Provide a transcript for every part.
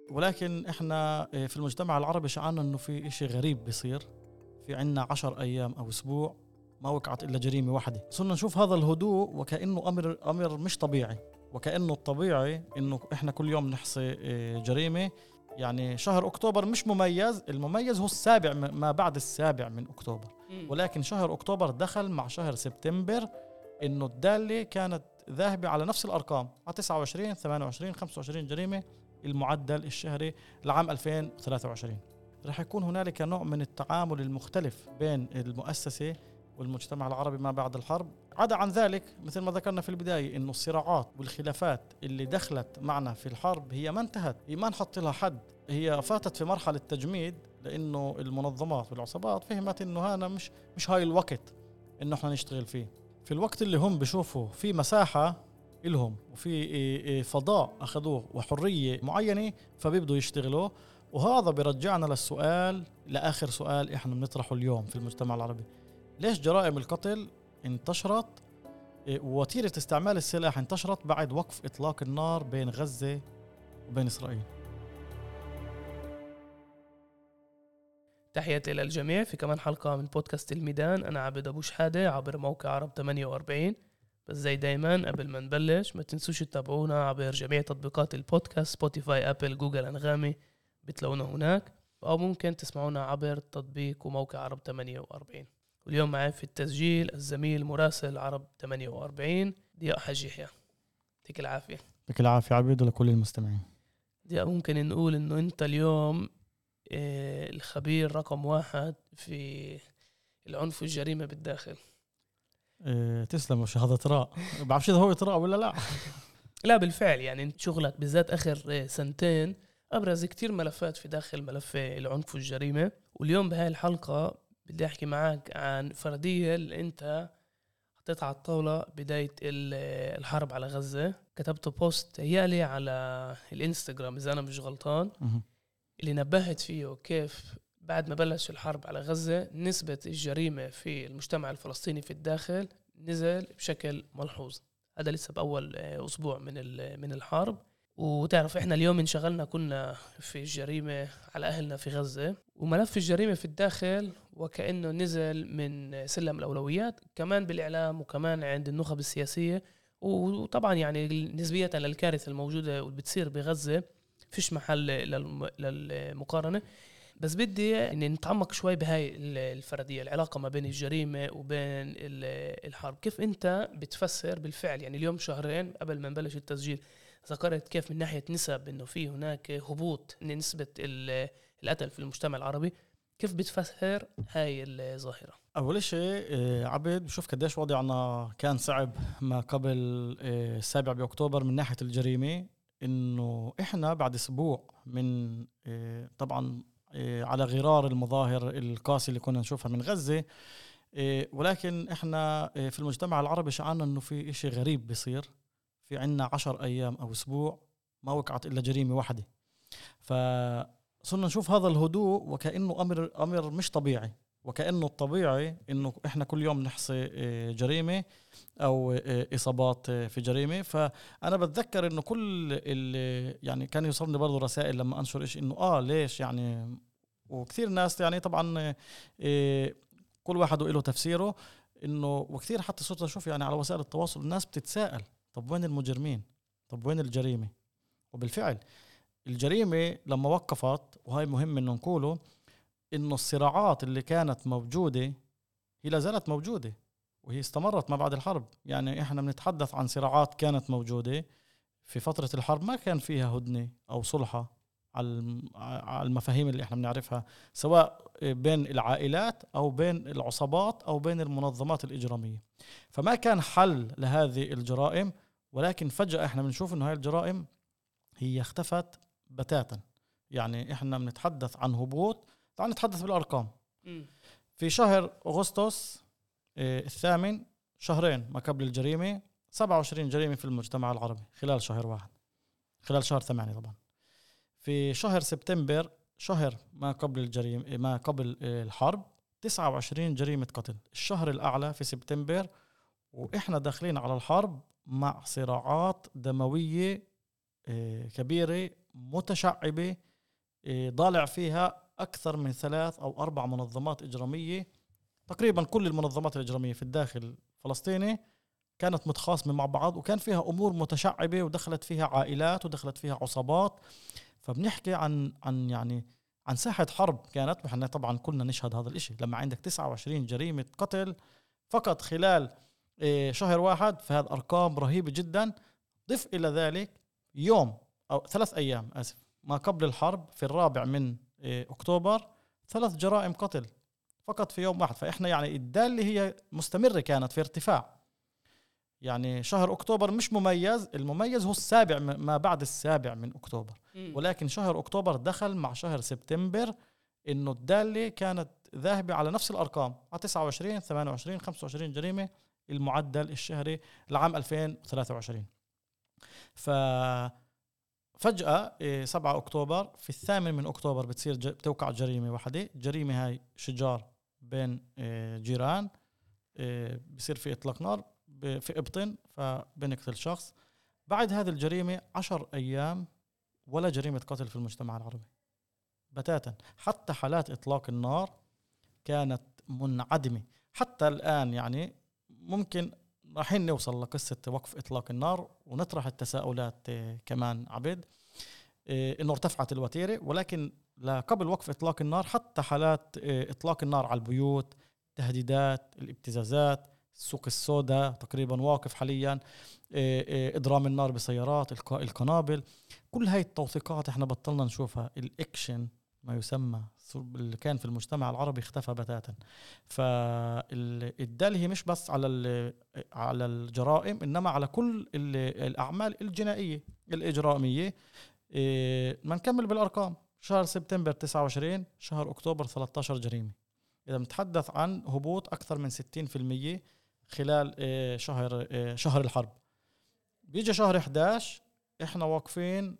ولكن إحنا في المجتمع العربي شعرنا إنه في إشي غريب بيصير. في عنا 10 أيام أو أسبوع ما وقعت إلا جريمة واحدة. صرنا نشوف هذا الهدوء وكأنه أمر مش طبيعي، وكأنه الطبيعي إنه إحنا كل يوم نحصي جريمة. يعني شهر أكتوبر مش مميز، المميز هو السابع ما بعد السابع من أكتوبر. ولكن شهر أكتوبر دخل مع شهر سبتمبر إنه الدالة كانت ذاهبة على نفس الأرقام، على 29 28 25 جريمة المعدل الشهري لعام 2023. رح يكون هنالك نوع من التعامل المختلف بين المؤسسة والمجتمع العربي ما بعد الحرب. عدا عن ذلك مثل ما ذكرنا في البداية إنه الصراعات والخلافات اللي دخلت معنا في الحرب هي ما انتهت، هي ما نحط لها حد، هي فاتت في مرحلة تجميد، لأنه المنظمات والعصابات فهمت إنه هذا مش هاي الوقت إنه احنا نشتغل فيه. في الوقت اللي هم بشوفوا في مساحة إلهم وفي فضاء أخذوه وحرية معينة فبيبدوا يشتغلوا. وهذا برجعنا للسؤال، لآخر سؤال إحنا بنطرحه اليوم في المجتمع العربي: ليش جرائم القتل انتشرت ووتيرة استعمال السلاح انتشرت بعد وقف إطلاق النار بين غزة وبين إسرائيل؟ تحياتي للجميع في كمان حلقة من بودكاست الميدان. أنا عبد أبو شحادة عبر موقع عرب 48. بس زي دايما قبل ما نبلش ما تنسوش تتابعونا عبر جميع تطبيقات البودكاست، سبوتيفاي، أبل، جوجل، أنغامي، بتلاقونا هناك، أو ممكن تسمعونا عبر تطبيق وموقع عرب 48. واليوم معي في التسجيل الزميل مراسل عرب 48 ضياء حاج يحيى. يعطيك العافية. يعطيك العافية عبيد ولكل المستمعين. ضياء، ممكن نقول إنه أنت اليوم الخبير رقم 1 في العنف والجريمة بالداخل. تسلم شهادة راء. بعرفش إذا هو إطراء ولا لا. لا بالفعل، يعني انت شغلك بالذات آخر سنتين أبرز كتير ملفات في داخل ملف العنف والجريمة. واليوم بهاي الحلقة بدي أحكي معك عن فردية اللي أنت حطيتها على الطاولة بداية الحرب على غزة. كتبت بوست يالي على الانستغرام إذا أنا مش غلطان، اللي نبهت فيه كيف بعد ما بلش الحرب على غزة نسبة الجريمة في المجتمع الفلسطيني في الداخل نزل بشكل ملحوظ. هذا لسه بأول أسبوع من الحرب. وتعرف إحنا اليوم انشغلنا كنا في الجريمة على أهلنا في غزة، وملف الجريمة في الداخل وكأنه نزل من سلم الأولويات كمان بالإعلام وكمان عند النخب السياسية. وطبعا يعني نسبية للكارثة الموجودة والبتصير بغزة فيش محل للمقارنة. بس بدي إن نتعمق شوي بهاي الفردية، العلاقة ما بين الجريمة وبين الحرب. كيف أنت بتفسر بالفعل، يعني اليوم شهرين قبل ما نبلش التسجيل ذكرت كيف من ناحية نسب إنه في هناك هبوط نسبة القتل في المجتمع العربي، كيف بتفسر هاي الظاهرة؟ أول شيء عبد بشوف قديش وضعنا كان صعب ما قبل 7 بأكتوبر من ناحية الجريمة. إنه إحنا بعد أسبوع من طبعا على غرار المظاهر القاسية اللي كنا نشوفها من غزة، ولكن إحنا في المجتمع العربي شعرنا إنه في إشي غريب بيصير. في عنا 10 أيام أو أسبوع ما وقعت إلا جريمة واحدة. فصرنا نشوف هذا الهدوء وكأنه أمر مش طبيعي، وكأنه الطبيعي إنه إحنا كل يوم نحصي جريمة أو إصابات في جريمة. فأنا بتذكر إنه كل اللي يعني كان يوصلني برضو رسائل لما أنشر إيش إنه ليش يعني، وكثير ناس يعني طبعا كل واحد له تفسيره، إنه وكثير حتى صرت أشوف يعني على وسائل التواصل الناس بتتساءل طب وين المجرمين، طب وين الجريمة. وبالفعل الجريمة لما وقفت، وهي مهم إنه نقوله، إنه الصراعات اللي كانت موجودة هي لا زالت موجودة وهي استمرت ما بعد الحرب. يعني إحنا بنتحدث عن صراعات كانت موجودة في فترة الحرب ما كان فيها هدنة أو صلحة على المفاهيم اللي إحنا بنعرفها، سواء بين العائلات أو بين العصابات أو بين المنظمات الإجرامية. فما كان حل لهذه الجرائم، ولكن فجأة إحنا بنشوف إنه هاي الجرائم هي اختفت بتاتا. يعني إحنا بنتحدث عن هبوط. تعال نتحدث بالأرقام. في شهر أغسطس 8، شهرين ما قبل الجريمة، 27 جريمة في المجتمع العربي خلال شهر واحد، خلال شهر 8 طبعا. في شهر سبتمبر، شهر ما قبل الجريمة ما قبل الحرب، 29 جريمة قتل، الشهر الأعلى في سبتمبر. وإحنا داخلين على الحرب مع صراعات دموية كبيرة متشعبة ضالع فيها أكثر من 3 أو 4 منظمات إجرامية. تقريبا كل المنظمات الإجرامية في الداخل الفلسطيني كانت متخاصمة مع بعض، وكان فيها أمور متشعبة، ودخلت فيها عائلات ودخلت فيها عصابات. فبنحكي عن ساحة حرب كانت. وحنا طبعا كلنا نشهد هذا الاشي لما عندك 29 جريمة قتل فقط خلال شهر واحد، فهذا أرقام رهيبة جدا. ضف إلى ذلك يوم أو 3 أيام ما قبل الحرب في 4 من أكتوبر 3 جرائم قتل فقط في يوم واحد. فإحنا يعني الدالة هي مستمرة كانت في ارتفاع. يعني شهر أكتوبر مش مميز، المميز هو السابع ما بعد السابع من أكتوبر. ولكن شهر أكتوبر دخل مع شهر سبتمبر إنه الدالة كانت ذاهبة على نفس الأرقام، على 29 28 25 جريمة المعدل الشهري لعام 2023. ففجأة 7 أكتوبر في 8 من أكتوبر بتوقع جريمة واحدة. جريمة هاي شجار بين جيران، بصير في إطلاق نار في إبطن، فبنقتل شخص. بعد هذه الجريمة 10 أيام ولا جريمة قتل في المجتمع العربي بتاتا. حتى حالات إطلاق النار كانت منعدمة. حتى الآن يعني ممكن رايحين نوصل لقصة وقف إطلاق النار ونطرح التساؤلات كمان عبد إنه ارتفعت الوتيرة، ولكن قبل وقف إطلاق النار حتى حالات إطلاق النار على البيوت، تهديدات، الابتزازات، السوق السوداء تقريبا واقف حاليا، إضرام النار بسيارات، إلقاء القنابل، كل هاي التوثيقات احنا بطلنا نشوفها. الإكشن ما يسمى اللي كان في المجتمع العربي اختفى بتاتا. فالدالة هي مش بس على الجرائم، إنما على كل الأعمال الجنائية الإجرامية. ما نكمل بالأرقام. شهر سبتمبر 29، شهر أكتوبر 13 جريمة. إذا نتحدث عن هبوط أكثر من 60% خلال شهر الحرب. بيجي شهر 11 إحنا واقفين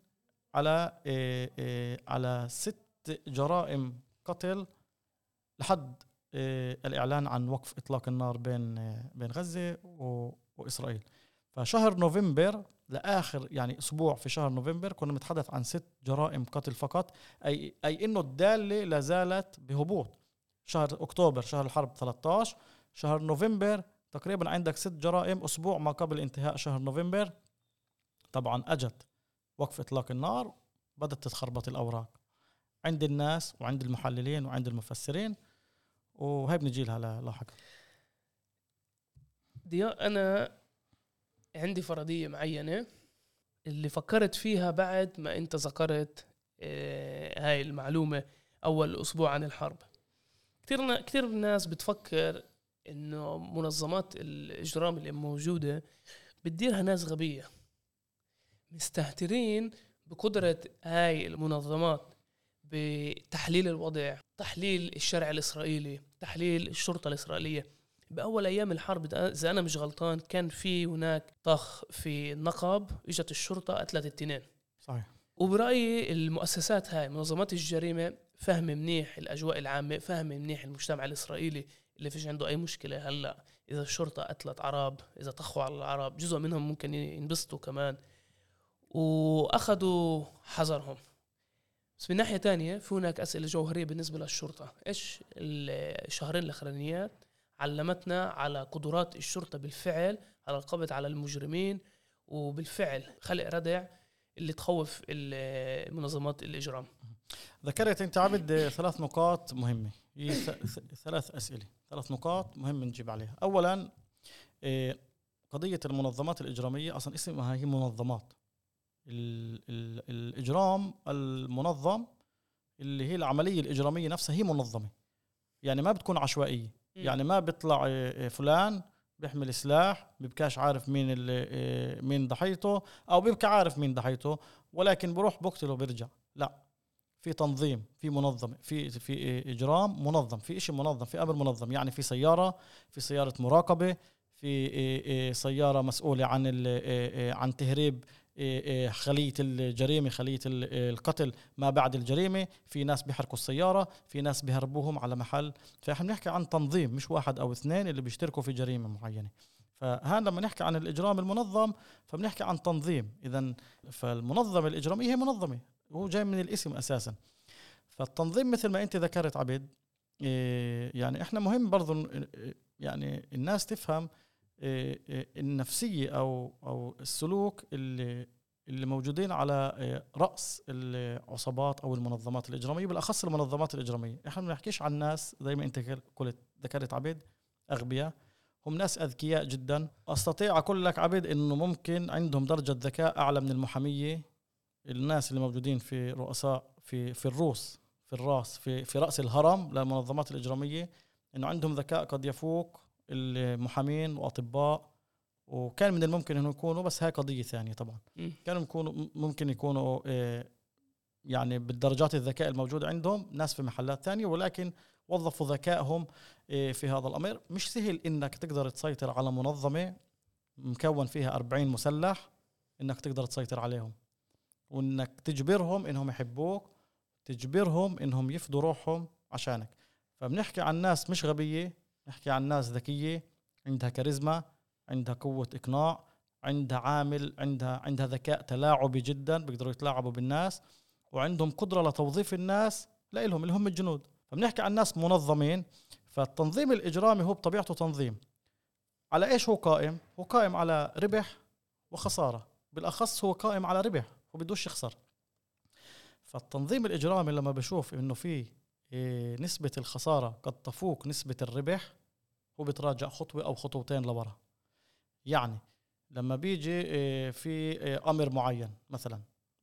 على 6 جرائم قتل لحد الإعلان عن وقف إطلاق النار بين غزة وإسرائيل. فشهر نوفمبر لآخر يعني أسبوع في شهر نوفمبر كنا نتحدث عن 6 جرائم قتل فقط، أي إنه الدالة لازالت بهبوط. شهر أكتوبر شهر الحرب 13، شهر نوفمبر تقريبا عندك 6 جرائم. أسبوع ما قبل انتهاء شهر نوفمبر طبعا أجت وقف إطلاق النار، بدأت تتخربط الأوراق عند الناس وعند المحللين وعند المفسرين، وهي بنجي لها لاحقا. أنا عندي فرضية معينة اللي فكرت فيها بعد ما أنت ذكرت هاي المعلومة أول أسبوع عن الحرب. كتير ناس بتفكر إنه منظمات الإجرام اللي موجودة بتديرها ناس غبية مستهترين بقدرة هاي المنظمات بتحليل الوضع، تحليل الشرع الإسرائيلي، تحليل الشرطة الإسرائيلية. بأول أيام الحرب إذا أنا مش غلطان كان في هناك طخ في النقب، إجت الشرطة قتلت 2. صحيح. وبرأيي المؤسسات هاي منظمات الجريمة فهم منيح الأجواء العامة، فهم منيح المجتمع الإسرائيلي اللي فيش عنده أي مشكلة. هلأ إذا الشرطة قتلت عرب، إذا طخوا على العرب، جزء منهم ممكن ينبسطوا كمان وأخذوا حذرهم. بس من ناحية تانية في هناك أسئلة جوهرية بالنسبة للشرطة. إيش الشهرين الأخرانيات علمتنا على قدرات الشرطة بالفعل على القبض على المجرمين، وبالفعل خلق ردع اللي تخوف المنظمات الإجرام. ذكرت أنت عبد 3 نقاط مهمة، 3 أسئلة، 3 نقاط مهم نجيب عليها. أولا قضية المنظمات الإجرامية أصلا اسمها هي منظمات. الإجرام المنظم اللي هي العملية الإجرامية نفسها هي منظمة، يعني ما بتكون عشوائية. يعني ما بيطلع فلان بيحمل سلاح بيبقاش عارف مين ضحيته، أو بيبقى عارف مين ضحيته ولكن بروح بقتله وبيرجع. لا، في تنظيم، في منظمة، في إجرام منظم، في إشي منظم، في أمر منظم. يعني في سيارة مراقبة، في سيارة مسؤولة عن تهريب خلية الجريمة، خلية القتل ما بعد الجريمة. في ناس بيحركوا السيارة، في ناس بيهربوهم على محل. فإحنا بنحكي عن تنظيم، مش 1 أو 2 اللي بيشتركوا في جريمة معينة. فهذا لما نحكي عن الإجرام المنظم فبنحكي عن تنظيم. إذن فالمنظمة الإجرامية هي منظمة هو جاي من الاسم أساسا. فالتنظيم مثل ما أنت ذكرت عبد، يعني إحنا مهم برضو يعني الناس تفهم النفسية أو السلوك اللي موجودين على رأس العصابات أو المنظمات الإجرامية، بالأخص المنظمات الإجرامية. إحنا ما بنحكيش عن ناس زي ما أنت قلت ذكرت عبد أغبياء، هم ناس أذكياء جدا. أستطيع أقول لك عبد إنه ممكن عندهم درجة ذكاء أعلى من المحامية. الناس اللي موجودين في رؤساء في الروس في الراس في رأس الهرم للمنظمات الإجرامية، إنه عندهم ذكاء قد يفوق المحامين وأطباء. وكان من الممكن إنه يكونوا، بس هاي قضية ثانية طبعا، كانوا ممكن يكونوا يعني بالدرجات الذكاء الموجودة عندهم ناس في محلات ثانية، ولكن وظفوا ذكائهم في هذا الأمر. مش سهل إنك تقدر تسيطر على منظمة مكون فيها 40 مسلح، إنك تقدر تسيطر عليهم وإنك تجبرهم إنهم يحبوك، تجبرهم إنهم يفدوا روحهم عشانك. فبنحكي عن ناس مش غبية، نحكي عن ناس ذكية، عندها كاريزما، عندها قوة إقناع، عندها عامل، عندها ذكاء تلاعبي جدا، بيقدروا يتلاعبوا بالناس، وعندهم قدرة لتوظيف الناس لإلهم اللي هم الجنود. فبنحكي عن ناس منظمين. فالتنظيم الإجرامي هو بطبيعته تنظيم على إيش؟ هو قائم على ربح وخسارة، بالأخص هو قائم على ربح، هو بدوش يخسر. فالتنظيم الإجرامي لما بشوف إنه في نسبة الخسارة قد تفوق نسبة الربح، هو بتراجع خطوة أو خطوتين لورا. يعني لما بيجي في أمر معين، مثلا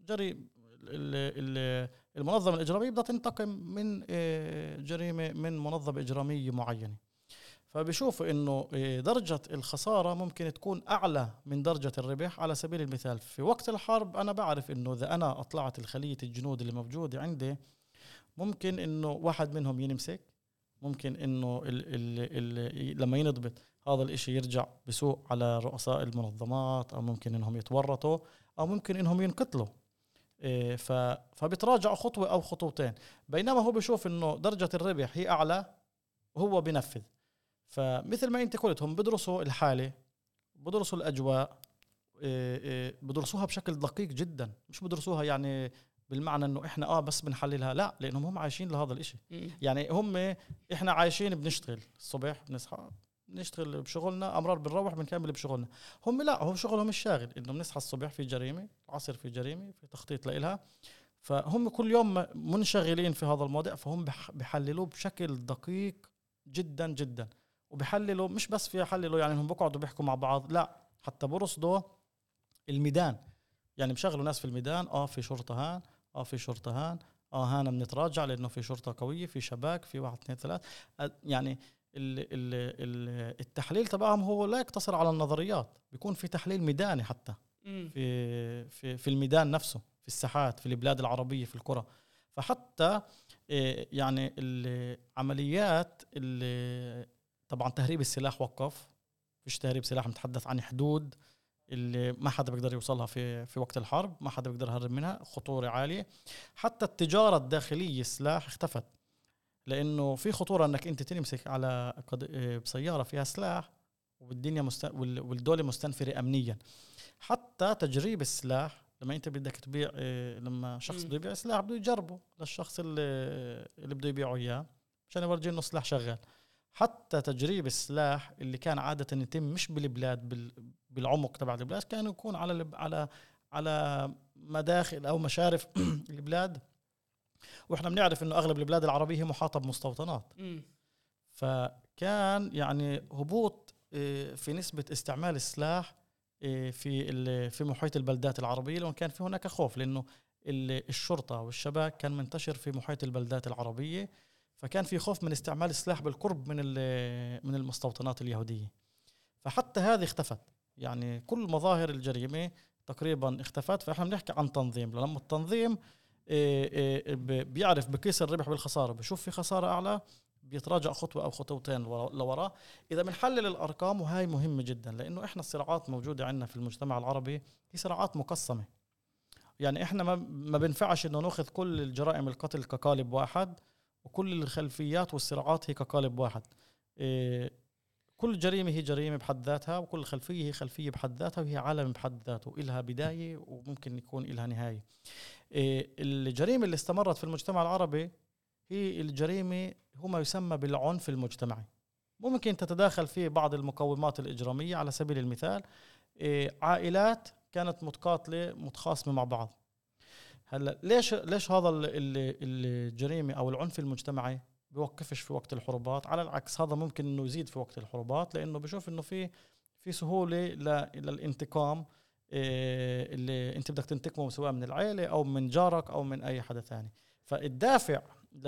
المنظمة الإجرامية بدها تنتقم من جريمة من منظمة إجرامية معينة، فبيشوفوا إنه درجة الخسارة ممكن تكون أعلى من درجة الربح. على سبيل المثال في وقت الحرب أنا بعرف إنه إذا أنا أطلعت الخلية الجنود اللي موجودة عندي، ممكن إنه واحد منهم ينمسك، ممكن إنه لما ينضبط هذا الإشي يرجع بسوء على رؤساء المنظمات، أو ممكن إنهم يتورطوا، أو ممكن إنهم ينقتلوا. فبتراجع خطوة أو خطوتين، بينما هو بيشوف إنه درجة الربح هي أعلى وهو بينفذ. فمثل ما أنت قلت، هم بدرسوا الحالة، بدرسوا الأجواء، بدرسوها بشكل دقيق جدا، مش بدرسوها يعني بالمعنى إنه إحنا بس بنحللها، لا، لأنهم هم عايشين لهذا الإشي. يعني إحنا عايشين بنشتغل الصبح، بنصحى نشتغل بشغلنا، أمرار بنروح بنكمل بشغلنا. هم لا، هم شغلهم الشاغل إنه بنصحى الصبح في جريمة، العصر في جريمة، في تخطيط لإلها. فهم كل يوم منشغلين في هذا الموضوع، فهم بحللوه بشكل دقيق جدا جدا. وبحللوا مش بس في يحللوا يعني هم بقعدوا بيحكوا مع بعض، لا، حتى برصدوا الميدان. يعني بشغلوا ناس في الميدان، في شرطة هان، في شرطة هان، هانا بنتراجع لأنه في شرطة قوية، في شباك، في 1 2 3. يعني التحليل تبعهم هو لا يقتصر على النظريات، بيكون في تحليل ميداني حتى في الميدان نفسه، في الساحات، في البلاد العربية، في القرى. فحتى يعني العمليات طبعا تهريب السلاح وقف، فيش تهريب سلاح، نتحدث عن حدود اللي ما حدا بيقدر يوصلها في وقت الحرب، ما حدا بيقدر يهرب منها، خطورة عالية. حتى التجارة الداخلية السلاح اختفت، لأنه في خطورة أنك أنت تمسك على بسيارة فيها سلاح والدنيا والدولة مستنفرة أمنيا. حتى تجريب السلاح، لما أنت بدك تبيع، لما شخص بده يبيع سلاح بده يجربه للشخص اللي بده يبيعه إياه عشان يورجي إنه سلاح شغال. حتى تجريب السلاح اللي كان عادة يتم مش بالبلاد، بالعمق تبع البلاد، كان يكون على مداخل أو مشارف البلاد. وإحنا بنعرف إنه أغلب البلاد العربية هي محاطة بمستوطنات. فكان يعني هبوط في نسبة استعمال السلاح في محيط البلدات العربية، لأنه كان في هناك خوف، لأنه الشرطة والشباك كان منتشر في محيط البلدات العربية، فكان في خوف من استعمال السلاح بالقرب من المستوطنات اليهودية. فحتى هذه اختفت، يعني كل مظاهر الجريمة تقريبا اختفت. فإحنا بنحكي عن تنظيم، لما التنظيم بيعرف بكيس الربح بالخسارة، بشوف في خسارة أعلى، بيتراجع خطوة أو خطوتين لوراء. إذا بنحلل الأرقام، وهاي مهمة جدا، لأنه إحنا الصراعات موجودة عندنا في المجتمع العربي هي صراعات مقسمة. يعني إحنا ما بنفعش إنه نأخذ كل الجرائم القتل كقالب واحد، وكل الخلفيات والصراعات هي كقالب واحد. كل جريمة هي جريمة بحد ذاتها، وكل خلفية هي خلفية بحد ذاتها، وهي عالم بحد ذاته، إلها بداية وممكن يكون إلها نهاية. الجريمة اللي استمرت في المجتمع العربي هي الجريمة هو ما يسمى بالعنف المجتمعي. ممكن تتداخل فيه بعض المقومات الإجرامية. على سبيل المثال عائلات كانت متقاتلة متخاصمة مع بعض. هلا ليش هذا الجريمة أو العنف المجتمعي بيوقفش في وقت الحروبات؟ على العكس هذا ممكن إنه يزيد في وقت الحروبات، لأنه بشوف إنه في سهولة للانتقام اللي أنت بدك تنتقمه سواء من العائلة أو من جارك أو من أي حدا ثاني. فالدافع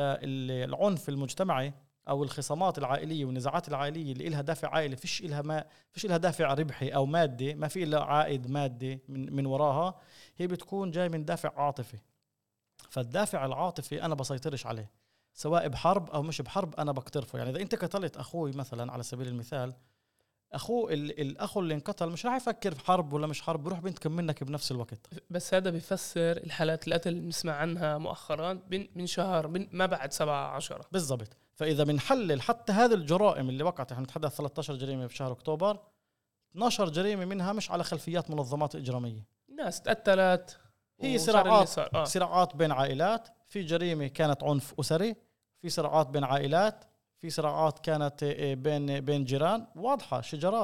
للعنف المجتمعي أو الخصامات العائلية والنزاعات العائلية اللي إلها دافع عائلي، فيش إلها دافع ربحي أو مادي، ما في إلا عائد مادي من وراها، هي بتكون جاي من دافع عاطفي. فالدافع العاطفي أنا بسيطرش عليه سواء بحرب أو مش بحرب، أنا بقترفه. يعني إذا أنت قتلت أخوي مثلا على سبيل المثال، أخوه الأخ اللي انقتل مش راح يفكر في حرب ولا مش حرب، بروح بينتقم منك بنفس الوقت. بس هذا بيفسر الحالات القتل اللي بنسمع عنها مؤخرا من شهر ما بعد 7-10 بالضبط. فإذا بنحلل حتى هذه الجرائم اللي وقعت، احنا نتحدث 13 جريمة في شهر أكتوبر، 12 جريمة منها مش على خلفيات منظمات إجرامية، ناس تقتلت، هي صراعات بين عائلات. في جريمة كانت عنف أسري، في صراعات بين عائلات، في صراعات كانت بين جيران واضحة،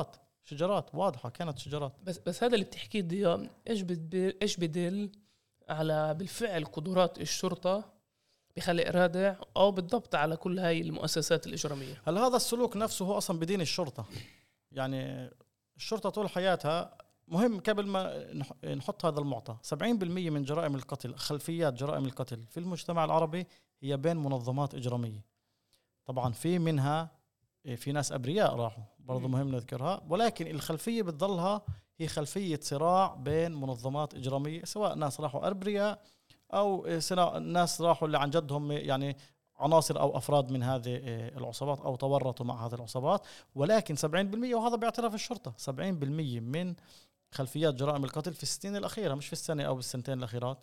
شجرات واضحة، كانت شجرات. بس هذا اللي بتحكيه ضياء ايش بدل على بالفعل قدرات الشرطة بخلق رادع او بالضبط على كل هاي المؤسسات الإجرامية؟ هل هذا السلوك نفسه هو أصلا بدين الشرطة؟ يعني الشرطة طول حياتها مهم. قبل ما نحط هذا المعطى، 70% من جرائم القتل، خلفيات جرائم القتل في المجتمع العربي هي بين منظمات إجرامية. طبعا في منها في ناس أبرياء راحوا برضو مهم نذكرها، ولكن الخلفية بتظلها هي خلفية صراع بين منظمات إجرامية، سواء ناس راحوا أبرياء أو ناس راحوا اللي عن جدهم يعني عناصر أو أفراد من هذه العصابات أو تورطوا مع هذه العصابات. ولكن 70%، وهذا باعتراف الشرطة، 70% من خلفيات جرائم القتل في السنين الأخيرة، مش في السنة أو بالسنتين الأخيرات،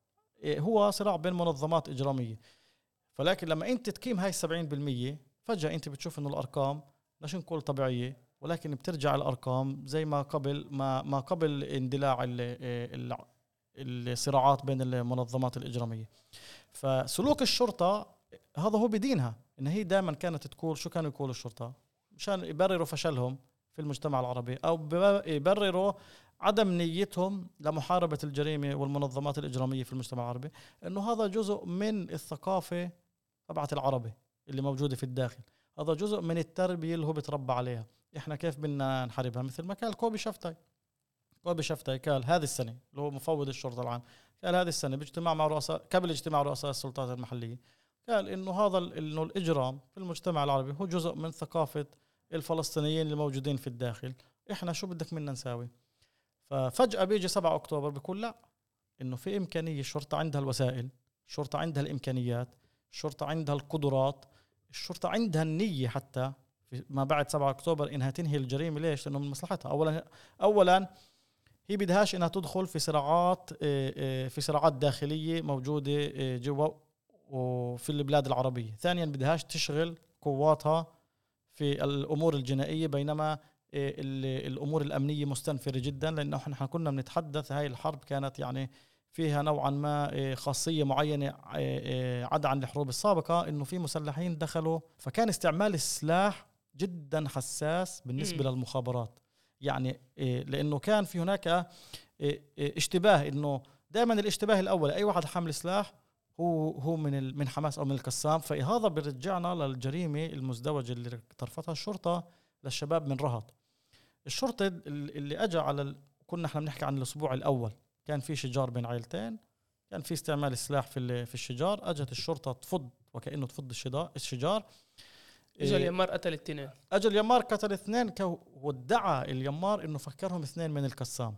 هو صراع بين منظمات إجرامية. فلكن لما أنت تقيم هاي 70%، فجأة أنت بتشوف إنه الأرقام مش نقول طبيعية، ولكن بترجع الأرقام زي ما قبل اندلاع الصراعات بين المنظمات الإجرامية. فسلوك الشرطة هذا هو بدينها، إن هي دائما كانت تقول شو كانوا يقولوا الشرطة مشان يبرروا فشلهم في المجتمع العربي أو يبرروا عدم نيتهم لمحاربة الجريمة والمنظمات الإجرامية في المجتمع العربي، إنه هذا جزء من الثقافة تبعت العربي اللي موجودة في الداخل، هذا جزء من التربية اللي هو بتربى عليها. إحنا كيف بدنا نحاربها؟ مثل ما قال كوبي شفتاي قال هذه السنة، اللي هو مفوض الشرطة العام، قال هذه السنة باجتماع مع رؤساء، قبل اجتماع رؤساء السلطات المحلية، قال إنه إنه الإجرام في المجتمع العربي هو جزء من ثقافة الفلسطينيين اللي موجودين في الداخل. إحنا شو بدك منا نساوي؟ ففجأة بيجي 7 أكتوبر بيقول لا، إنه في إمكانية، الشرطة عندها الوسائل، الشرطة عندها الإمكانيات، الشرطة عندها القدرات، الشرطة عندها النية حتى ما بعد 7 أكتوبر إنها تنهي الجريمة. ليش؟ لأنه من مصلحتها. أولا هي بدهاش إنها تدخل في صراعات داخلية موجودة جوا وفي البلاد العربية. ثانيا بدهاش تشغل قواتها في الأمور الجنائية، بينما الأمور الأمنية مستنفرة جدا، لأنه احنا كنا بنتحدث هاي الحرب كانت يعني فيها نوعا ما خاصية معينة عدا عن الحروب السابقة، إنه في مسلحين دخلوا، فكان استعمال السلاح جدا حساس بالنسبة للمخابرات. يعني لأنه كان في هناك اشتباه، إنه دائما الاشتباه الأول أي واحد حامل سلاح هو من حماس أو من القسام. فهذا برجعنا للجريمة المزدوجة اللي اقترفتها الشرطة للشباب من رهط. الشرطة اللي أجى كنا احنا بنحكي عن الأسبوع الأول، كان في شجار بين عائلتين، كان في استعمال السلاح في الشجار، أجت الشرطة تفض وكأنه تفض الشجار. اجى اليمار قتل 2. أجى اليمار قتل 2 وادعى اليمار إنه فكرهم 2 من القسام.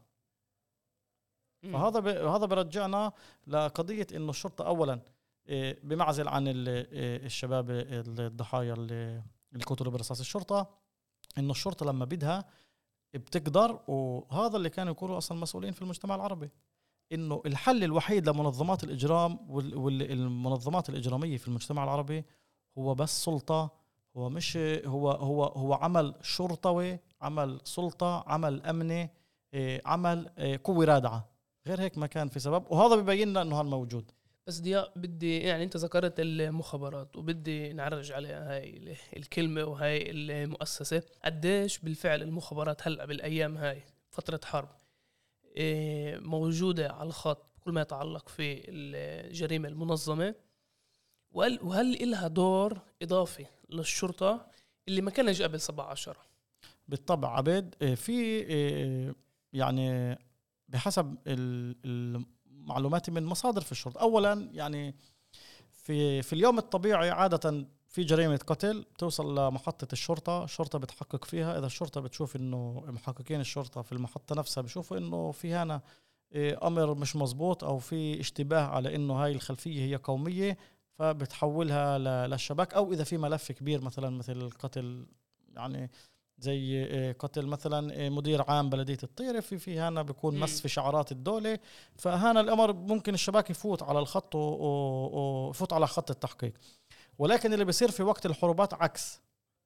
فهذا برجعنا لقضية إنه الشرطة أولا بمعزل عن الشباب الضحايا اللي قتلوا برصاص الشرطة، إنه الشرطة لما بدها بتقدر. وهذا اللي كانوا يقولوا أصلا مسؤولين في المجتمع العربي، إنه الحل الوحيد لمنظمات الإجرام والمنظمات الإجرامية في المجتمع العربي هو بس سلطة. هو مش هو عمل شرطوي، عمل سلطة، عمل أمني، عمل قوة رادعة. غير هيك ما كان في سبب، وهذا بيبين لنا انه هذا موجود. بس ضياء، بدي يعني انت ذكرت المخابرات وبدي نعرج عليها هاي الكلمة وهاي المؤسسة. قديش بالفعل المخابرات هلأ بالأيام هاي فترة حرب موجودة على الخط كل ما يتعلق في الجريمة المنظمة، وهل إلها دور إضافي للشرطة اللي ما كانش قبل 17؟ بالطبع عبيد، في يعني بحسب المعلومات من مصادر في الشرطة. أولا يعني في اليوم الطبيعي عادة في جريمة قتل توصل لمحطة الشرطة بتحقق فيها. إذا الشرطة بتشوف إنه محققين الشرطة في المحطة نفسها بيشوفوا إنه في هنا أمر مش مزبوط أو في اشتباه على إنه هاي الخلفية هي قومية، فبتحولها للشباك. أو إذا في ملف كبير مثل القتل، يعني زي قتل مثلا مدير عام بلدية الطيرة، في هنا بيكون مس في شعارات الدولة، فهنا الأمر ممكن الشباك يفوت على الخط ويفوت على خط التحقيق. ولكن اللي بيصير في وقت الحروبات عكس،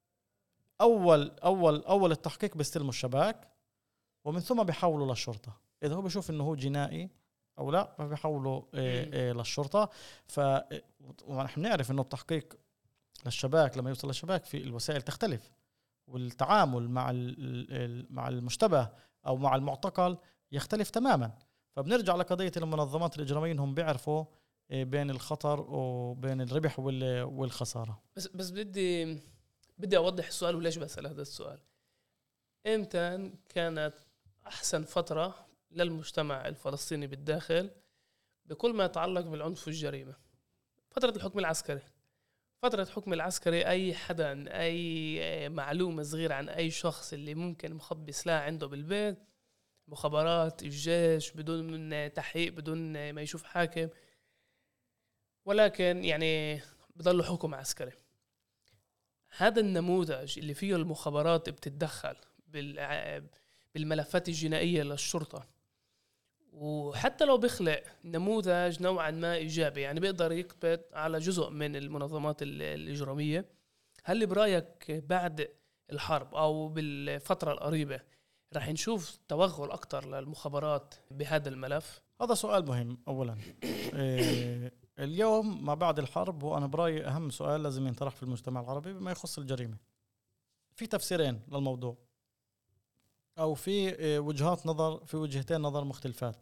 أول التحقيق بيستلموا الشباك ومن ثم بيحولوا للشرطة. إذا هو بيشوف إنه هو جنائي أو لا فبيحولوا للشرطة. ونحن نعرف إنه التحقيق للشباك لما يوصل للشباك في الوسائل تختلف، والتعامل مع المشتبه أو مع المعتقل يختلف تماما. فبنرجع لقضية المنظمات الإجرامية، هم بيعرفوا بين الخطر وبين الربح والخسارة. بس بدي أوضح السؤال وليش بسأل هذا السؤال. إمتى كانت أحسن فترة للمجتمع الفلسطيني بالداخل بكل ما يتعلق بالعنف والجريمة؟ فترة الحكم العسكري. فترة الحكم العسكري أي حدا أي معلومة صغيرة عن أي شخص اللي ممكن مخبي سلاح عنده بالبيت، مخابرات، الجيش، بدون تحقيق، بدون ما يشوف حاكم، ولكن يعني بضل حكم عسكري. هذا النموذج اللي فيه المخابرات بتتدخل بالملفات الجنائية للشرطة، وحتى لو بيخلق نموذج نوعا ما إيجابي، يعني بيقدر يقبض على جزء من المنظمات الإجرامية، هل برأيك بعد الحرب أو بالفترة القريبة رح نشوف توغل أكتر للمخابرات بهذا الملف؟ هذا سؤال مهم. أولا اليوم ما بعد الحرب هو أنا برأيي أهم سؤال لازم ينطرح في المجتمع العربي بما يخص الجريمة. في تفسيرين للموضوع أو في وجهات نظر، في وجهتين نظر مختلفات.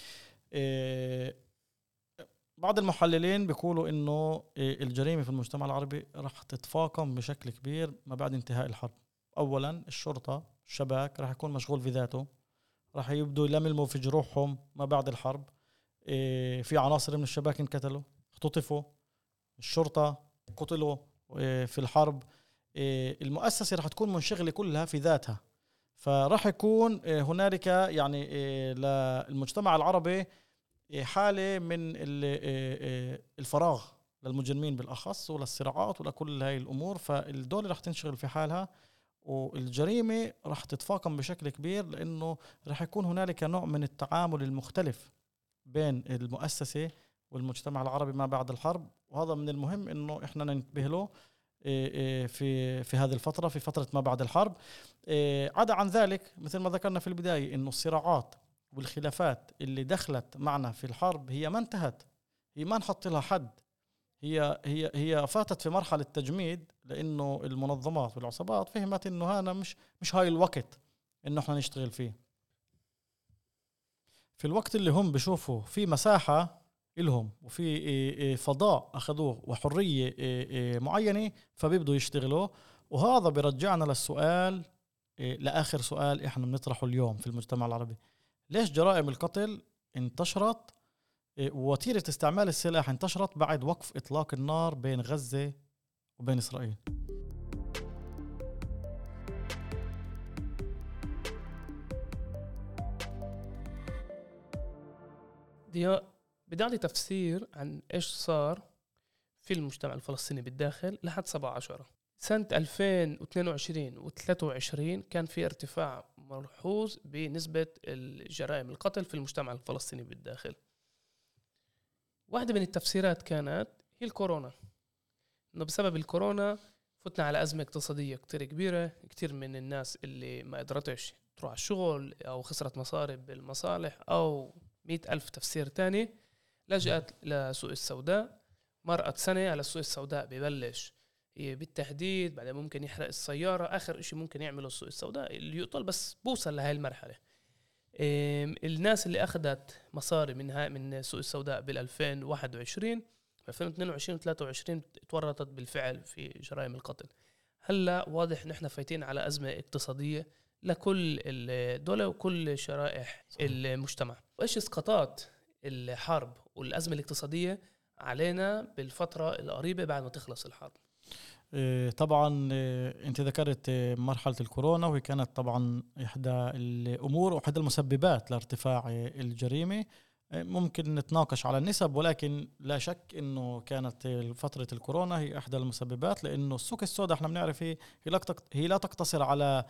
بعض المحللين بيقولوا إنه الجريمة في المجتمع العربي رح تتفاقم بشكل كبير ما بعد انتهاء الحرب. أولا الشرطة الشباك رح يكون مشغول في ذاته، رح يبدوا يلملموا في جروحهم ما بعد الحرب. في عناصر من الشباك انقتلوا، اختطفوا، الشرطة قتلوا في الحرب. المؤسسة رح تكون منشغلة كلها في ذاتها، فرح يكون هنالك يعني للمجتمع العربي حالة من الفراغ للمجرمين بالأخص وللصراعات ولكل هاي الأمور. فالدولة رح تنشغل في حالها والجريمة رح تتفاقم بشكل كبير، لأنه رح يكون هنالك نوع من التعامل المختلف بين المؤسسة والمجتمع العربي ما بعد الحرب. وهذا من المهم إنه إحنا ننتبه له في هذه الفترة، في فترة ما بعد الحرب. عدا عن ذلك مثل ما ذكرنا في البداية إنه الصراعات والخلافات اللي دخلت معنا في الحرب هي ما انتهت، هي ما نحط لها حد، هي فاتت في مرحلة تجميد، لأنه المنظمات والعصابات فهمت إنه هذا مش هاي الوقت إنه إحنا نشتغل فيه. في الوقت اللي هم بيشوفوا في مساحة إلهم وفي فضاء أخذوه وحرية معينة فبيبدوا يشتغلوا. وهذا برجعنا للسؤال، لآخر سؤال إحنا بنطرحه اليوم في المجتمع العربي: ليش جرائم القتل انتشرت ووتيرة استعمال السلاح انتشرت بعد وقف إطلاق النار بين غزة وبين إسرائيل؟ ضياء، بدي أعطي تفسير عن إيش صار في المجتمع الفلسطيني بالداخل لحد 17 سنة 2022 و 23 كان في ارتفاع ملحوظ بنسبة الجرائم القتل في المجتمع الفلسطيني بالداخل. واحدة من التفسيرات كانت هي الكورونا، إنه بسبب الكورونا فتنا على أزمة اقتصادية كتير كبيرة، كتير من الناس اللي ما قدرتش تروح على الشغل أو خسرت مصاري بالمصالح أو 100,000 تفسير تاني، لجأت لسوق السوداء، مرقت سنة على السوق السوداء، ببلش بالتهديد، بعدين ممكن يحرق السيارة، آخر إشي ممكن يعمله السوق السوداء اللي يقتل، بس بوصل لهاي المرحلة. الناس اللي أخذت مصاري من سوق السوداء بال2021 2022 و23 تورطت بالفعل في جرائم القتل. هلا واضح إن إحنا فايتين على أزمة اقتصادية لكل الدولة وكل شرائح المجتمع. وإيش اسقاطات الحرب والأزمة الاقتصادية علينا بالفترة القريبة بعد ما تخلص الحرب؟ طبعا انت ذكرت مرحلة الكورونا، وهي كانت طبعا احدى الامور واحدى المسببات لارتفاع الجريمة. ممكن نتناقش على النسب، ولكن لا شك انه كانت فترة الكورونا هي احدى المسببات، لانه السوق السوداء احنا بنعرف هي لا تقتصر على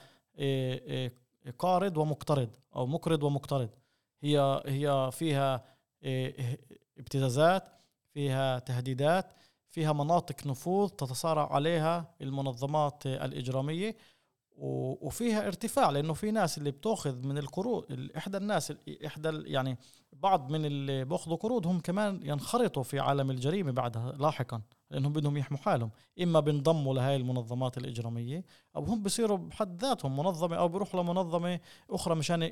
قارض ومقترض او مقرض ومقترض. هي فيها ابتزازات، فيها تهديدات، فيها مناطق نفوذ تتصارع عليها المنظمات الإجرامية، وفيها ارتفاع، لأنه في ناس اللي بتأخذ من القروض. إحدى الناس يعني بعض من اللي بأخذوا قروض هم كمان ينخرطوا في عالم الجريمة بعدها لاحقا، لأنهم بدهم يحموا حالهم، إما بينضموا لهاي المنظمات الإجرامية، أو هم بيصيروا بحد ذاتهم منظمة، أو بيروحوا لمنظمة أخرى مشان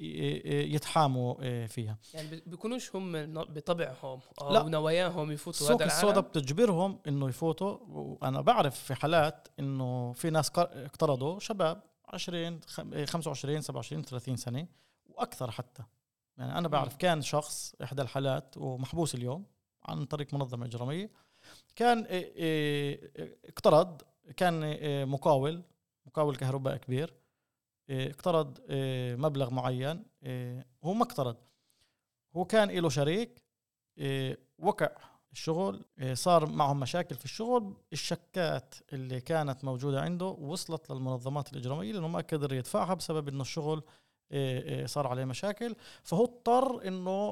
يتحاموا فيها. يعني بيكونوش هم بطبعهم أو لا، نواياهم يفوتوا هذا السوق العالم. السوداء بتجبرهم إنه يفوتوا. وأنا بعرف في حالات إنه في ناس اقترضوا، شباب 20 25 27 30 سنة وأكثر حتى. يعني أنا بعرف كان شخص إحدى الحالات ومحبوس اليوم عن طريق منظمة إجرامية، كان اقترض، كان مقاول كهرباء كبير، اقترض مبلغ معين. هو ما اقترض، هو كان له شريك، وقع الشغل، صار معهم مشاكل في الشغل. الشكات اللي كانت موجودة عنده وصلت للمنظمات الإجرامية، لأنه ما قدر يدفعها بسبب إنه الشغل صار عليه مشاكل. فهو اضطر إنه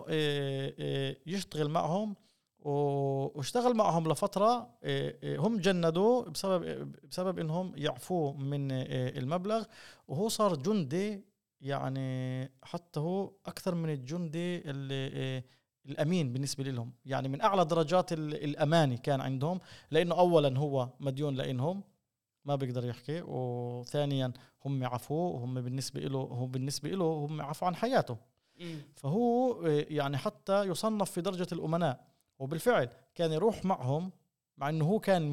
يشتغل معهم، واشتغل معهم لفترة. هم جندوه بسبب إنهم يعفوه من المبلغ، وهو صار جندي. يعني حتى هو أكثر من الجندي الأمين بالنسبة لهم، يعني من أعلى درجات الأماني كان عندهم، لأنه أولا هو مديون لأنهم ما بيقدر يحكي، وثانيا هم عفوه، وهم بالنسبة له هم عفوا عن حياته. فهو يعني حتى يصنف في درجة الأمناء. وبالفعل كان يروح معهم، مع أنه هو كان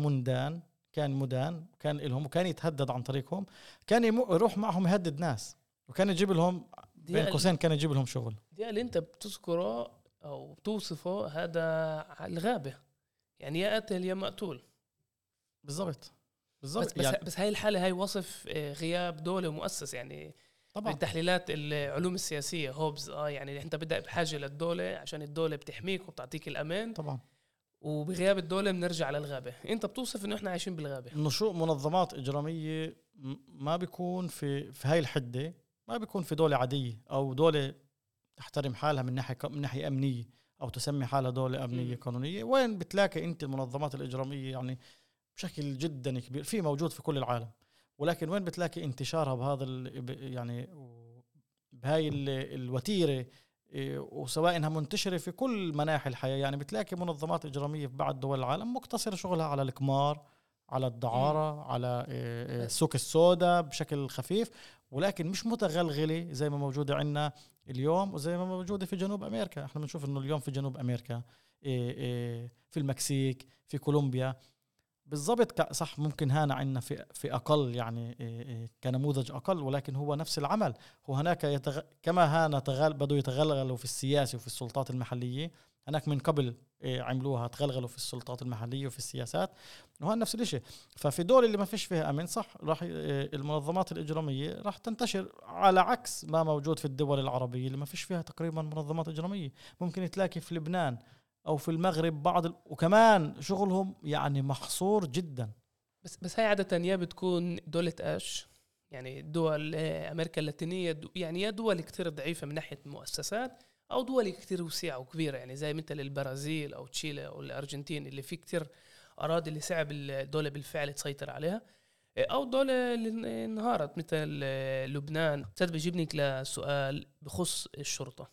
مدان كان لهم، وكان يتهدد عن طريقهم. كان يروح معهم يهدد ناس، وكان يجيب لهم بين قوسين كان يجيب لهم شغل. دي اللي انت بتذكره او بتوصفه هذا الغابة، يعني يا قاتل يا مقتول. بالضبط. بس هاي الحالة هاي وصف غياب دولة ومؤسس، يعني طبعا بالتحليلات العلوم السياسية هوبز يعني انت بدأ بحاجة للدولة عشان الدولة بتحميك وبتعطيك الأمان طبعا، وبغياب الدولة بنرجع للغابة. انت بتوصف انه احنا عايشين بالغابة. نشوء منظمات إجرامية ما بيكون في هاي الحدة، ما بيكون في دولة عادية أو دولة تحترم حالها من ناحية أمنية، أو تسمي حالها دولة أمنية قانونية. وين بتلاقي أنت المنظمات الإجرامية؟ يعني بشكل جدا كبير موجود في كل العالم، ولكن وين بتلاقي انتشارها بهذا يعني بهاي الوتيرة، وسواء انها منتشرة في كل مناحي الحياة. يعني بتلاقي منظمات إجرامية في بعض دول العالم مقتصرة شغلها على القمار، على الدعارة، على السوق السوداء بشكل خفيف، ولكن مش متغلغلة زي ما موجودة عندنا اليوم، وزي ما موجودة في جنوب أمريكا. احنا بنشوف انه اليوم في جنوب أمريكا، في المكسيك، في كولومبيا بالضبط. صح، ممكن هنا عندنا في أقل، يعني كنموذج أقل، ولكن هو نفس العمل. هو هناك كما هنا بدوا يتغلغلوا في السياسة وفي السلطات المحلية، هناك من قبل عملوها، تغلغلوا في السلطات المحلية وفي السياسات، وهذا نفس الشيء. ففي دول اللي ما فيش فيها أمن، صح، راح المنظمات الإجرامية راح تنتشر، على عكس ما موجود في الدول العربية اللي ما فيش فيها تقريبا منظمات إجرامية. ممكن تلاقي في لبنان أو في المغرب بعض وكمان شغلهم يعني محصور جدا. بس هاي عادة يا بتكون دولة قش، يعني دول أمريكا اللاتينية، يعني يا دول كتير ضعيفة من ناحية مؤسسات، أو دول كتير وسيعة وكبيرة، يعني زي مثل البرازيل أو تشيلي أو الأرجنتين اللي في كتير أراضي اللي صعب الدولة بالفعل تسيطر عليها، أو دولة اللي انهارت مثل لبنان. بيجيبني لسؤال بخص الشرطة.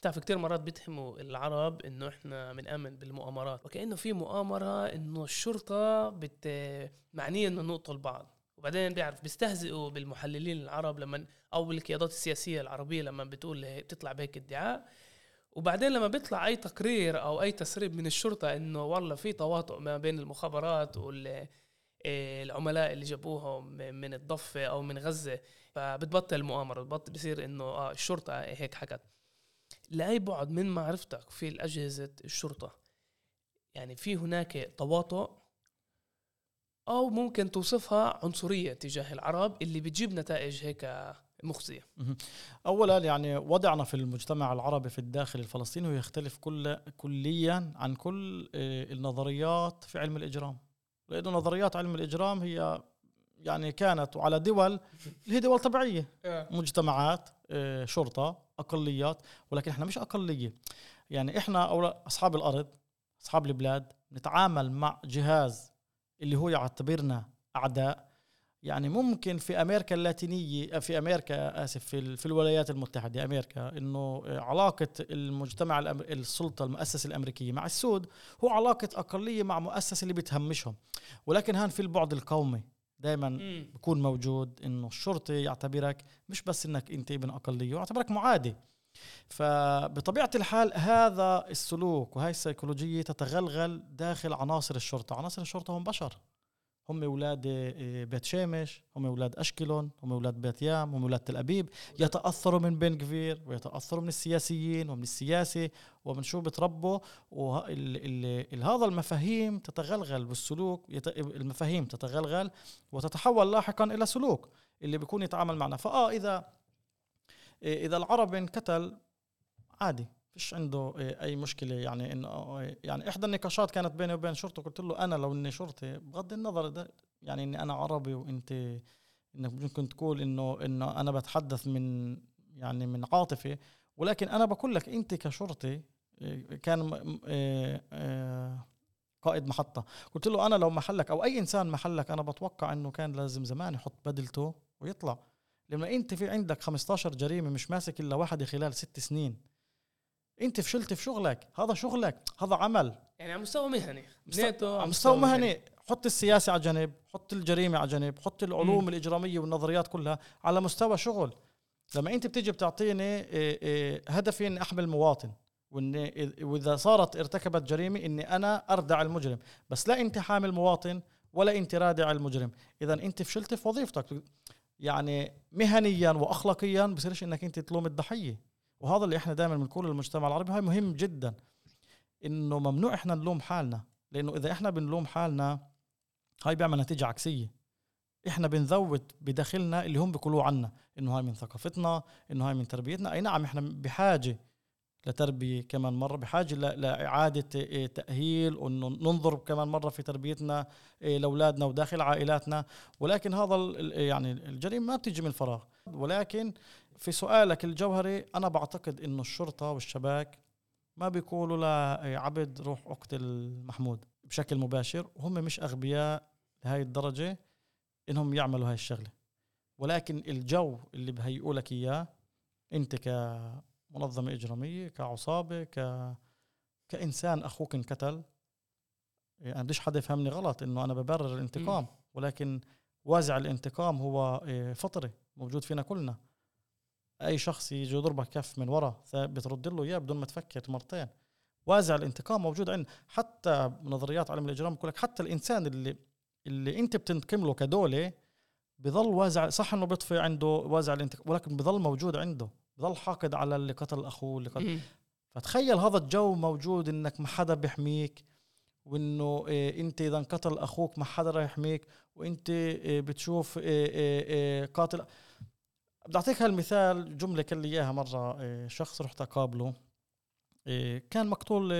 بتعرف كتير مرات بيتهموا العرب انه احنا بنآمن بالمؤامرات، وكأنه في مؤامرة انه الشرطة معنية انه نقتل بعض. وبعدين بيعرف بيستهزئوا بالمحللين العرب لما او بالقيادات السياسية العربية لما بتطلع بهيك ادعاء، وبعدين لما بيطلع اي تقرير او اي تسريب من الشرطة انه والله في تواطؤ ما بين المخابرات والعملاء اللي جابوهم من الضفة او من غزة، فبتبطل المؤامرة، بصير انه الشرطة هيك حكت. لأي بعد من معرفتك في الأجهزة الشرطة يعني في هناك تواطؤ أو ممكن توصفها عنصرية تجاه العرب اللي بتجيب نتائج هيك مخزية؟ أولا يعني وضعنا في المجتمع العربي في الداخل الفلسطيني يختلف كليا عن كل النظريات في علم الإجرام، لأنه نظريات علم الإجرام هي يعني كانت على دول، هي دول طبيعية، مجتمعات، شرطة، أقليات، ولكن إحنا مش أقلية. يعني إحنا أولا أصحاب الأرض، أصحاب البلاد، نتعامل مع جهاز اللي هو يعتبرنا أعداء. يعني ممكن في أمريكا اللاتينية، في أمريكا آسف، في الولايات المتحدة أمريكا، إنه علاقة المجتمع السلطة المؤسسة الأمريكية مع السود هو علاقة أقلية مع مؤسسة اللي بتهمشهم، ولكن هان في البعد القومي دائما بيكون موجود، إنه الشرطي يعتبرك مش بس إنك أنت ابن أقلية، يعتبرك معادي. فبطبيعة الحال هذا السلوك وهي السيكولوجية تتغلغل داخل عناصر الشرطة. عناصر الشرطة هم بشر، هم أولاد بيت شامش، هم أولاد أشكلون، هم أولاد بيت يام، هم أولاد تل أبيب، يتأثروا من بن غفير ويتأثروا من السياسيين ومن السياسة ومن شو بتربوا. وهذا المفاهيم تتغلغل بالسلوك، المفاهيم تتغلغل وتتحول لاحقا إلى سلوك اللي بيكون يتعامل معنا. إذا العرب انقتل عادي، فيش عنده اي مشكله. يعني انه يعني احدى النقاشات كانت بيني وبين شرطي، قلت له انا لو اني شرطي بغض النظر ده يعني اني انا عربي وانت انك ممكن تقول انه انا بتحدث من يعني من عاطفه، ولكن انا بقول لك انت كشرطي كان قائد محطه، قلت له انا لو محلك او اي انسان محلك انا بتوقع انه كان لازم زمان يحط بدلته ويطلع. لما انت في عندك 15 جريمه مش ماسك الا واحده خلال 6 سنين، انت فشلت في شغلك، هذا شغلك، هذا عمل يعني على مستوى مهني، على مستوى مهني. حط السياسة على جنب، حط الجريمة على جنب، حط العلوم الإجرامية والنظريات كلها على مستوى شغل. لما انت بتيجي بتعطيني هدفي اني احمل مواطن، واذا صارت ارتكبت جريمة اني انا اردع المجرم، بس لا انت حامل مواطن ولا انت رادع المجرم، اذا انت فشلت في وظيفتك. يعني مهنيا واخلاقيا بصيرش انك انت تلوم الضحية. وهذا اللي احنا دائما بنقول للمجتمع العربي، هاي مهم جدا، انه ممنوع احنا نلوم حالنا، لانه اذا احنا بنلوم حالنا هاي بيعمل نتيجة عكسية. احنا بنذوت بداخلنا اللي هم بيقولوا عنا انه هاي من ثقافتنا، انه هاي من تربيتنا. اي نعم احنا بحاجة لتربية كمان مرة، بحاجة لإعادة تأهيل، وإنه ننظر كمان مرة في تربيتنا لأولادنا وداخل عائلاتنا. ولكن هذا يعني الجريمة ما بتيجي من فراغ. ولكن في سؤالك الجوهري أنا بعتقد إنه الشرطة والشباك ما بيقولوا لعبد روح اقتل محمود بشكل مباشر، وهم مش أغبياء لهاي الدرجة إنهم يعملوا هاي الشغلة. ولكن الجو اللي بهيئوا لك إياه أنت كمنظمة إجرامية، كعصابة، كإنسان أخوك انقتل، يعني بديش حدا يفهمني غلط إنه أنا ببرر الانتقام، ولكن وازع الانتقام هو فطري موجود فينا كلنا. أي شخص يجي يضربك كف من وراء بترد له إياه بدون ما تفكر مرتين. وازع الانتقام موجود عندنا. حتى نظريات علم الإجرام بقول لك حتى الإنسان اللي أنت بتنتقم له كدولة بظل وازع، صح إنه بيطفي عنده وازع الانتقام، ولكن بظل موجود عنده، بظل حاقد على اللي قتل أخوه اللي قتل. فتخيل هذا الجو موجود، إنك ما حدا بيحميك، وإنه أنت إذا قتل أخوك ما حدا راح يحميك، وأنت بتشوف قاتل. بدي أعطيك هالمثال، جملة كان لي إياها مرة شخص رحت أقابله، كان مقتول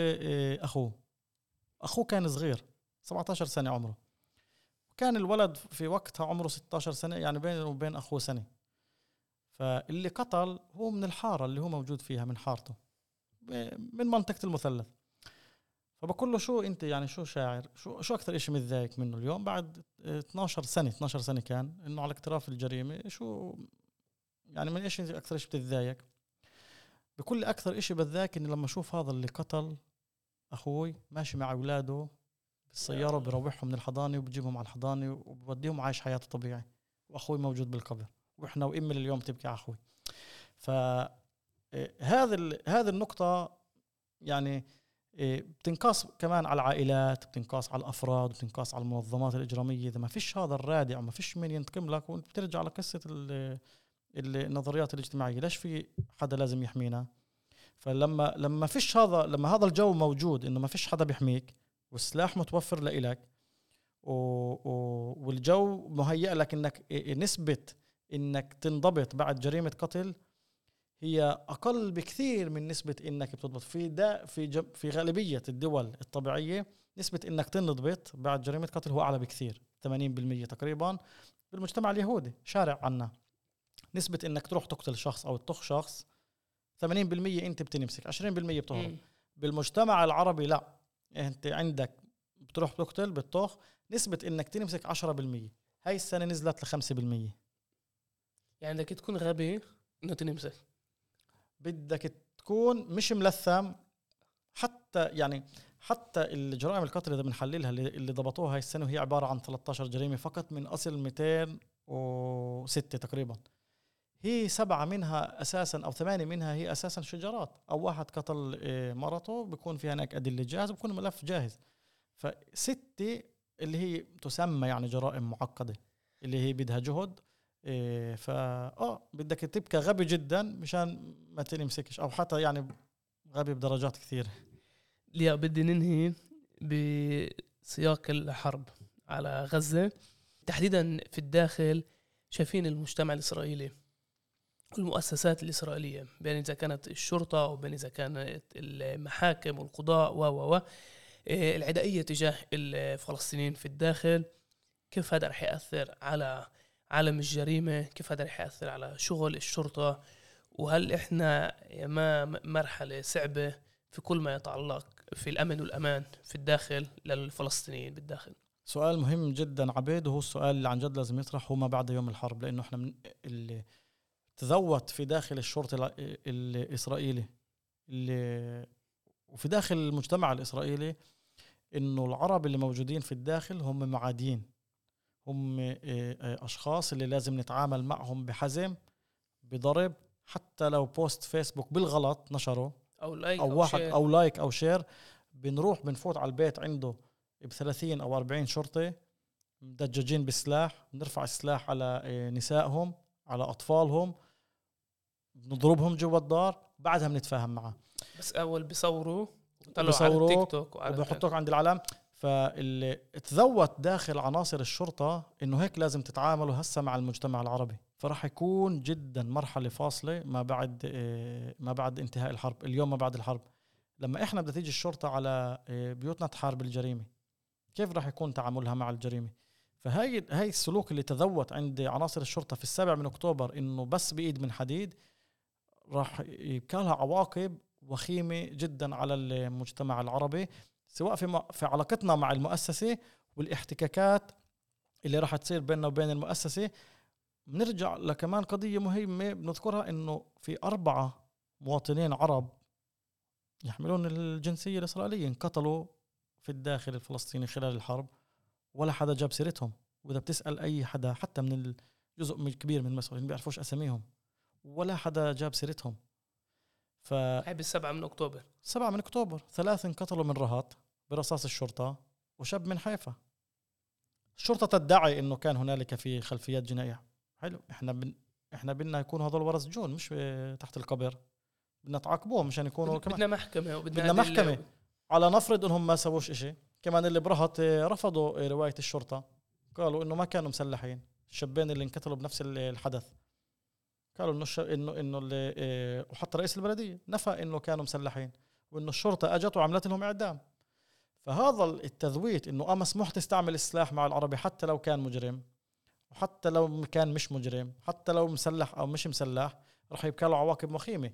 أخوه كان صغير 17 سنة عمره، وكان الولد في وقتها عمره 16 سنة، يعني بينه وبين أخوه سنة. فاللي قتل هو من الحارة اللي هو موجود فيها، من حارته، من منطقة المثلث. فبقول له شو أنت يعني شو شاعر، شو أكثر إشي متضايق منه اليوم بعد 12 سنة كان إنه على اقتراف الجريمة، شو يعني من إيش أكثر إشي بتتضايق؟ بكل أكثر إشي بذاك إني لما أشوف هذا اللي قتل أخوي ماشي مع أولاده بالسيارة بيروحهم من الحضانة وبجيبهم على الحضانة وبوديهم عايش حياته طبيعي، وأخوي موجود بالقبر، وإحنا وأمي اليوم تبكي على أخوي. هذه النقطة يعني بتنقاس كمان على العائلات، بتنقاس على الأفراد، بتنقاس على المنظمات الإجرامية. إذا ما فيش هذا الرادع وما فيش مين ينتقم لك، وانت بترجع لقصة النظريات الاجتماعية، ليش في حدا لازم يحمينا؟ فلما فيش لما هذا الجو موجود إنه ما فيش حدا بيحميك والسلاح متوفر لإلك والجو مهيئ لك إنك نسبة إنك تنضبط بعد جريمة قتل هي أقل بكثير من نسبة إنك بتضبط في غالبية الدول الطبيعية. نسبة إنك تنضبط بعد جريمة قتل هو أعلى بكثير، 80% تقريبا. بالمجتمع اليهودي شارع عنا نسبة إنك تروح تقتل شخص أو تطخ شخص 80% أنت بتنمسك، 20% بتهرب. بالمجتمع العربي لا، أنت عندك بتروح تقتل بتطخ، نسبة إنك تنمسك 10%. هاي السنة نزلت ل5%. يعني بدك تكون غبي إنه تنمسك، بدك تكون مش ملثم. حتى الجرائم القتل إذا بنحللها اللي ضبطوها هاي السنة وهي عبارة عن 13 جريمة فقط من أصل 206 تقريبا. هي 7 منها أساسا أو 8 منها هي أساسا شجرات، أو واحد قتل مرته بيكون في هناك أدلة جاهزة، بيكون الملف جاهز. ف6 اللي هي تسمى يعني جرائم معقدة اللي هي بدها جهد. بدك تبقى غبي جدا مشان ما تنمسكش، او حتى يعني غبي بدرجات كثير. ليه بدي ننهي بسياق الحرب على غزة تحديدا في الداخل. شايفين المجتمع الإسرائيلي والمؤسسات الإسرائيلية، بين إذا كانت الشرطة وبين إذا كانت المحاكم والقضاء العدائية تجاه الفلسطينيين في الداخل، كيف هذا رح يأثر على عالم الجريمة؟ كيف هذا رح يأثر على شغل الشرطة؟ وهل إحنا ما مرحلة صعبة في كل ما يتعلق في الأمن والأمان في الداخل للفلسطينيين بالداخل؟ سؤال مهم جدا عبيد، وهو السؤال اللي عن جد لازم يطرح، هو ما بعد يوم الحرب. لأنه إحنا اللي تذوت في داخل الشرطة الإسرائيلي وفي داخل المجتمع الإسرائيلي إنه العرب اللي موجودين في الداخل هم معادين، هم أشخاص اللي لازم نتعامل معهم بحزم، بضرب. حتى لو بوست فيسبوك بالغلط نشره أو لايك أو واحد شير. أو لايك أو شير، بنفوت على البيت عنده ب30 أو 40 شرطي مدججين بالسلاح، بنرفع السلاح على نسائهم على أطفالهم، بنضربهم جوا الدار، بعدها بنتفاهم معه. بس أول بيصوروا على التيك توك وبيحطوك عند العلم. فاللي تذوت داخل عناصر الشرطة إنه هيك لازم تتعاملوا هسه مع المجتمع العربي. فراح يكون جدا مرحلة فاصلة ما بعد انتهاء الحرب. اليوم ما بعد الحرب، لما إحنا بدها تيجي الشرطة على بيوتنا تحارب الجريمة، كيف راح يكون تعاملها مع الجريمة؟ فهاي السلوك اللي تذوت عند عناصر الشرطة في 7 أكتوبر إنه بس بإيد من حديد، راح يبقى لها عواقب وخيمة جدا على المجتمع العربي، سواء في علاقتنا مع المؤسسة والاحتكاكات اللي راح تصير بيننا وبين المؤسسة. بنرجع لكمان قضية مهمة بنذكرها، إنه في 4 مواطنين عرب يحملون الجنسية الإسرائيلية انقتلوا في الداخل الفلسطيني خلال الحرب، ولا حدا جاب سيرتهم. وإذا بتسأل أي حدا حتى من الجزء كبير من المسؤولين بيعرفوش أساميهم، ولا حدا جاب سيرتهم. هاي ب7 أكتوبر 7 أكتوبر 3 انقتلوا من رهط برصاص الشرطة، وشاب من حيفا. الشرطة تدعي إنه كان هنالك في خلفيات جنائية. حلو، إحنا بدنا يكونوا هذول ورا سجون، مش تحت القبر. بدنا تعاقبوهم مشان يكونوا كمان. بدنا محكمة بدنا محكمة. على نفرض إنهم ما سووش إشي، كمان اللي برهط رفضوا رواية الشرطة، قالوا إنه ما كانوا مسلحين. الشابين اللي انقتلوا بنفس الحدث قالوا إنه اللي وحتى رئيس البلدية نفى إنه كانوا مسلحين، وإنه الشرطة أجت وعملت لهم إعدام. فهذا التذويت إنه مسموح تستعمل السلاح مع العربي حتى لو كان مجرم، وحتى لو كان مش مجرم، حتى لو مسلح أو مش مسلح، رح يبقى له عواقب وخيمة.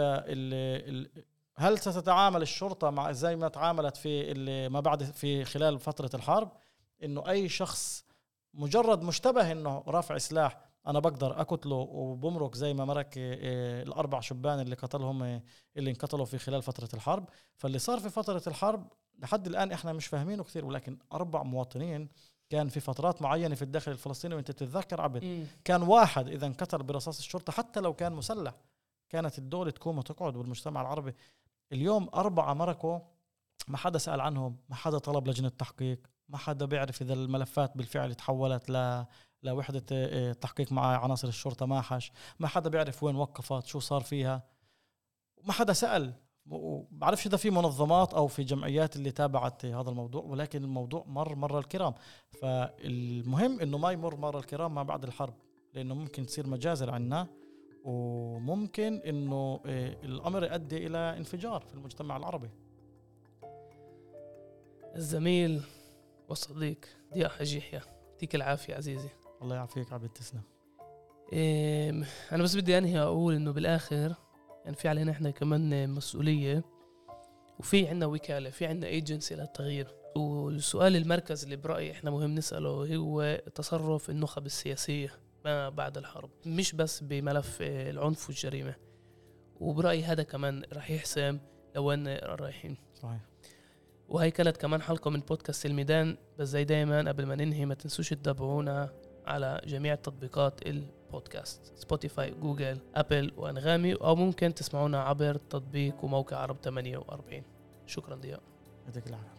هل ستتعامل الشرطة مع زي ما تعاملت في خلال فترة الحرب، إنه أي شخص مجرد مشتبه إنه رافع سلاح أنا بقدر أقتله وبمرق زي ما مرك الأربع شبان اللي قتلهم اللي انقتلوا في خلال فترة الحرب. فاللي صار في فترة الحرب لحد الآن إحنا مش فاهمينه كثير، ولكن 4 مواطنين كان في فترات معينة في الداخل الفلسطيني. وانت تتذكر عبد كان واحد إذا انقتل برصاص الشرطة حتى لو كان مسلح كانت الدولة تقوم وتقعد والمجتمع العربي. اليوم 4 مركوا ما حدا سأل عنهم، ما حدا طلب لجنة تحقيق، ما حدا بيعرف إذا الملفات بالفعل تحولت لوحدة تحقيق مع عناصر الشرطة ماحش، ما حدا بيعرف وين وقفت شو صار فيها، ما حدا سأل. وبعرفش إذا في منظمات أو في جمعيات اللي تابعت هذا الموضوع، ولكن الموضوع مر الكرام. فالمهم إنه ما يمر مر الكرام ما بعد الحرب، لأنه ممكن تصير مجازر عنا، وممكن إنه الأمر يؤدي إلى انفجار في المجتمع العربي. الزميل والصديق ضياء حاج يحيى، يعطيك العافية عزيزي. الله يعافيك عبد، تسلم. أنا بس بدي أنهي أقول إنه بالآخر يعني في علينا إحنا كمان مسؤولية، وفي عنا وكالة، في عنا ايجنسي للتغيير. والسؤال المركز اللي برأيي إحنا مهم نسأله هو تصرف النخب السياسية ما بعد الحرب، مش بس بملف العنف والجريمة. وبرأيي هذا كمان رح يحسم لوين رايحين. صحيح. وهي كانت كمان حلقة من بودكاست الميدان. بس زي دايما قبل ما ننهي ما تنسوش تتابعونا على جميع تطبيقات البودكاست، سبوتيفاي، جوجل، أبل وأنغامي، أو ممكن تسمعونا عبر تطبيق وموقع عرب 48. شكرا ضياء. يعطيك العافية.